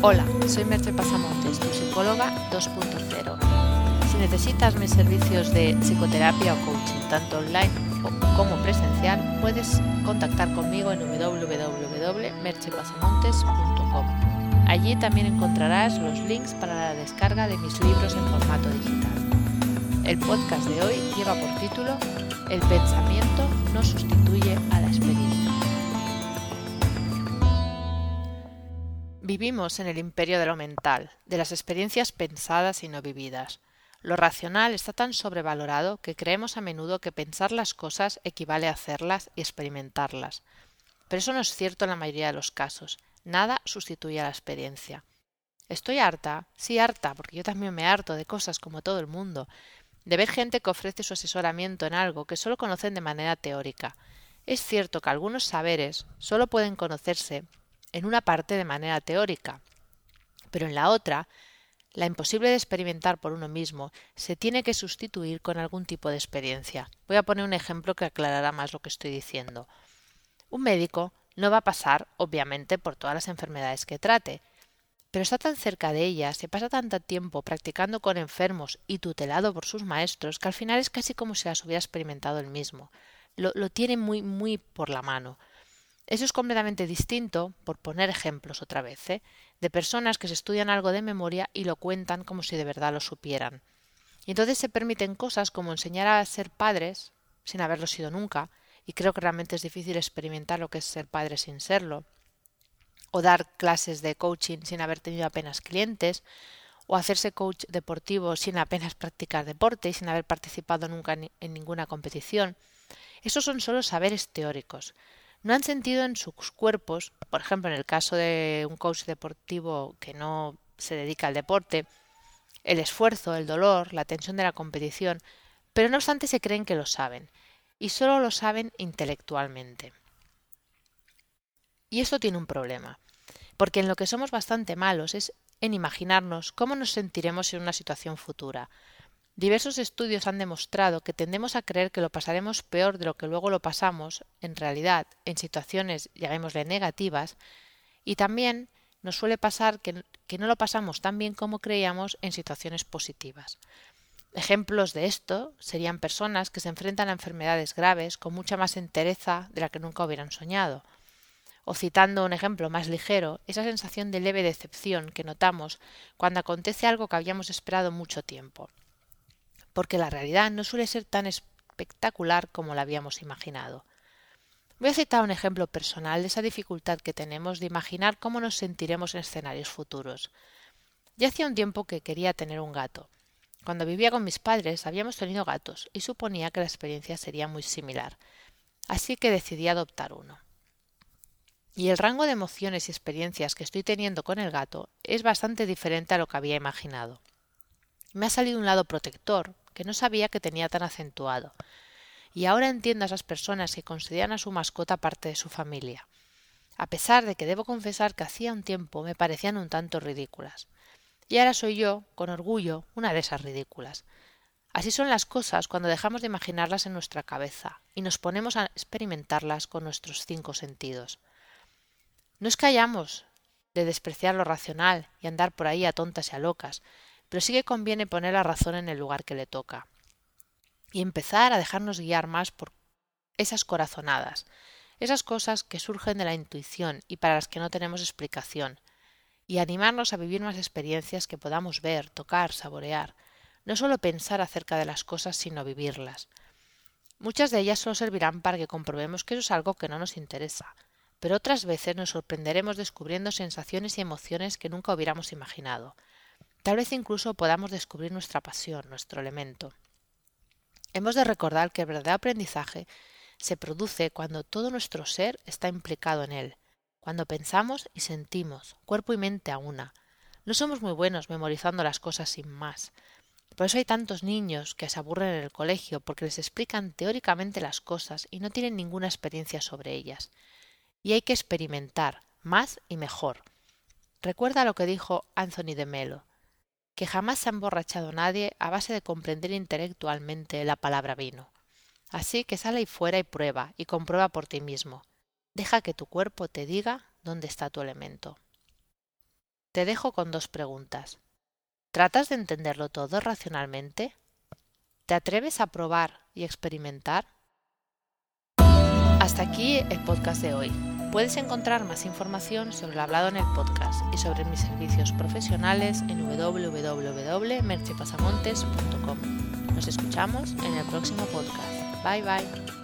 Hola, soy Merche Pasamontes, tu psicóloga 2.0. Si necesitas mis servicios de psicoterapia o coaching, tanto online como presencial, puedes contactar conmigo en www.merchepasamontes.com. Allí también encontrarás los links para la descarga de mis libros en formato digital. El podcast de hoy lleva por título El pensamiento no sustituye a la experiencia. Vivimos en el imperio de lo mental, de las experiencias pensadas y no vividas. Lo racional está tan sobrevalorado que creemos a menudo que pensar las cosas equivale a hacerlas y experimentarlas. Pero eso no es cierto en la mayoría de los casos. Nada sustituye a la experiencia. ¿Estoy harta? Sí, harta, porque yo también me harto de cosas como todo el mundo, de ver gente que ofrece su asesoramiento en algo que solo conocen de manera teórica. Es cierto que algunos saberes solo pueden conocerse en una parte de manera teórica, pero en la otra, la imposible de experimentar por uno mismo se tiene que sustituir con algún tipo de experiencia. Voy a poner un ejemplo que aclarará más lo que estoy diciendo. Un médico no va a pasar, obviamente, por todas las enfermedades que trate, pero está tan cerca de ellas, se pasa tanto tiempo practicando con enfermos y tutelado por sus maestros, que al final es casi como si las hubiera experimentado él mismo. Lo tiene muy por la mano. Eso es completamente distinto, por poner ejemplos otra vez, de personas que se estudian algo de memoria y lo cuentan como si de verdad lo supieran. Y entonces se permiten cosas como enseñar a ser padres sin haberlo sido nunca, y creo que realmente es difícil experimentar lo que es ser padre sin serlo, o dar clases de coaching sin haber tenido apenas clientes, o hacerse coach deportivo sin apenas practicar deporte y sin haber participado nunca en ninguna competición. Esos son solo saberes teóricos. No han sentido en sus cuerpos, por ejemplo en el caso de un coach deportivo que no se dedica al deporte, el esfuerzo, el dolor, la tensión de la competición, pero no obstante se creen que lo saben, y solo lo saben intelectualmente. Y esto tiene un problema, porque en lo que somos bastante malos es en imaginarnos cómo nos sentiremos en una situación futura. Diversos estudios han demostrado que tendemos a creer que lo pasaremos peor de lo que luego lo pasamos, en realidad, en situaciones, llamémosle negativas, y también nos suele pasar que no lo pasamos tan bien como creíamos en situaciones positivas. Ejemplos de esto serían personas que se enfrentan a enfermedades graves con mucha más entereza de la que nunca hubieran soñado. O citando un ejemplo más ligero, esa sensación de leve decepción que notamos cuando acontece algo que habíamos esperado mucho tiempo, porque la realidad no suele ser tan espectacular como la habíamos imaginado. Voy a citar un ejemplo personal de esa dificultad que tenemos de imaginar cómo nos sentiremos en escenarios futuros. Ya hacía un tiempo que quería tener un gato. Cuando vivía con mis padres habíamos tenido gatos y suponía que la experiencia sería muy similar, así que decidí adoptar uno. Y el rango de emociones y experiencias que estoy teniendo con el gato es bastante diferente a lo que había imaginado. Me ha salido un lado protector, que no sabía que tenía tan acentuado, y ahora entiendo a esas personas que consideran a su mascota parte de su familia, a pesar de que debo confesar que hacía un tiempo me parecían un tanto ridículas. Y ahora soy yo, con orgullo, una de esas ridículas. Así son las cosas cuando dejamos de imaginarlas en nuestra cabeza y nos ponemos a experimentarlas con nuestros 5 sentidos. No es que hayamos de despreciar lo racional y andar por ahí a tontas y a locas, pero sí que conviene poner la razón en el lugar que le toca y empezar a dejarnos guiar más por esas corazonadas, esas cosas que surgen de la intuición y para las que no tenemos explicación, y animarnos a vivir más experiencias que podamos ver, tocar, saborear, no solo pensar acerca de las cosas, sino vivirlas. Muchas de ellas solo servirán para que comprobemos que eso es algo que no nos interesa, pero otras veces nos sorprenderemos descubriendo sensaciones y emociones que nunca hubiéramos imaginado. Tal vez incluso podamos descubrir nuestra pasión, nuestro elemento. Hemos de recordar que el verdadero aprendizaje se produce cuando todo nuestro ser está implicado en él, cuando pensamos y sentimos, cuerpo y mente a una. No somos muy buenos memorizando las cosas sin más. Por eso hay tantos niños que se aburren en el colegio porque les explican teóricamente las cosas y no tienen ninguna experiencia sobre ellas. Y hay que experimentar, más y mejor. Recuerda lo que dijo Anthony de Melo, que jamás se ha emborrachado nadie a base de comprender intelectualmente la palabra vino. Así que sal ahí fuera y prueba, y comprueba por ti mismo. Deja que tu cuerpo te diga dónde está tu elemento. Te dejo con 2 preguntas. ¿Tratas de entenderlo todo racionalmente? ¿Te atreves a probar y experimentar? Hasta aquí el podcast de hoy. Puedes encontrar más información sobre lo hablado en el podcast y sobre mis servicios profesionales en www.merchepasamontes.com. Nos escuchamos en el próximo podcast. Bye bye.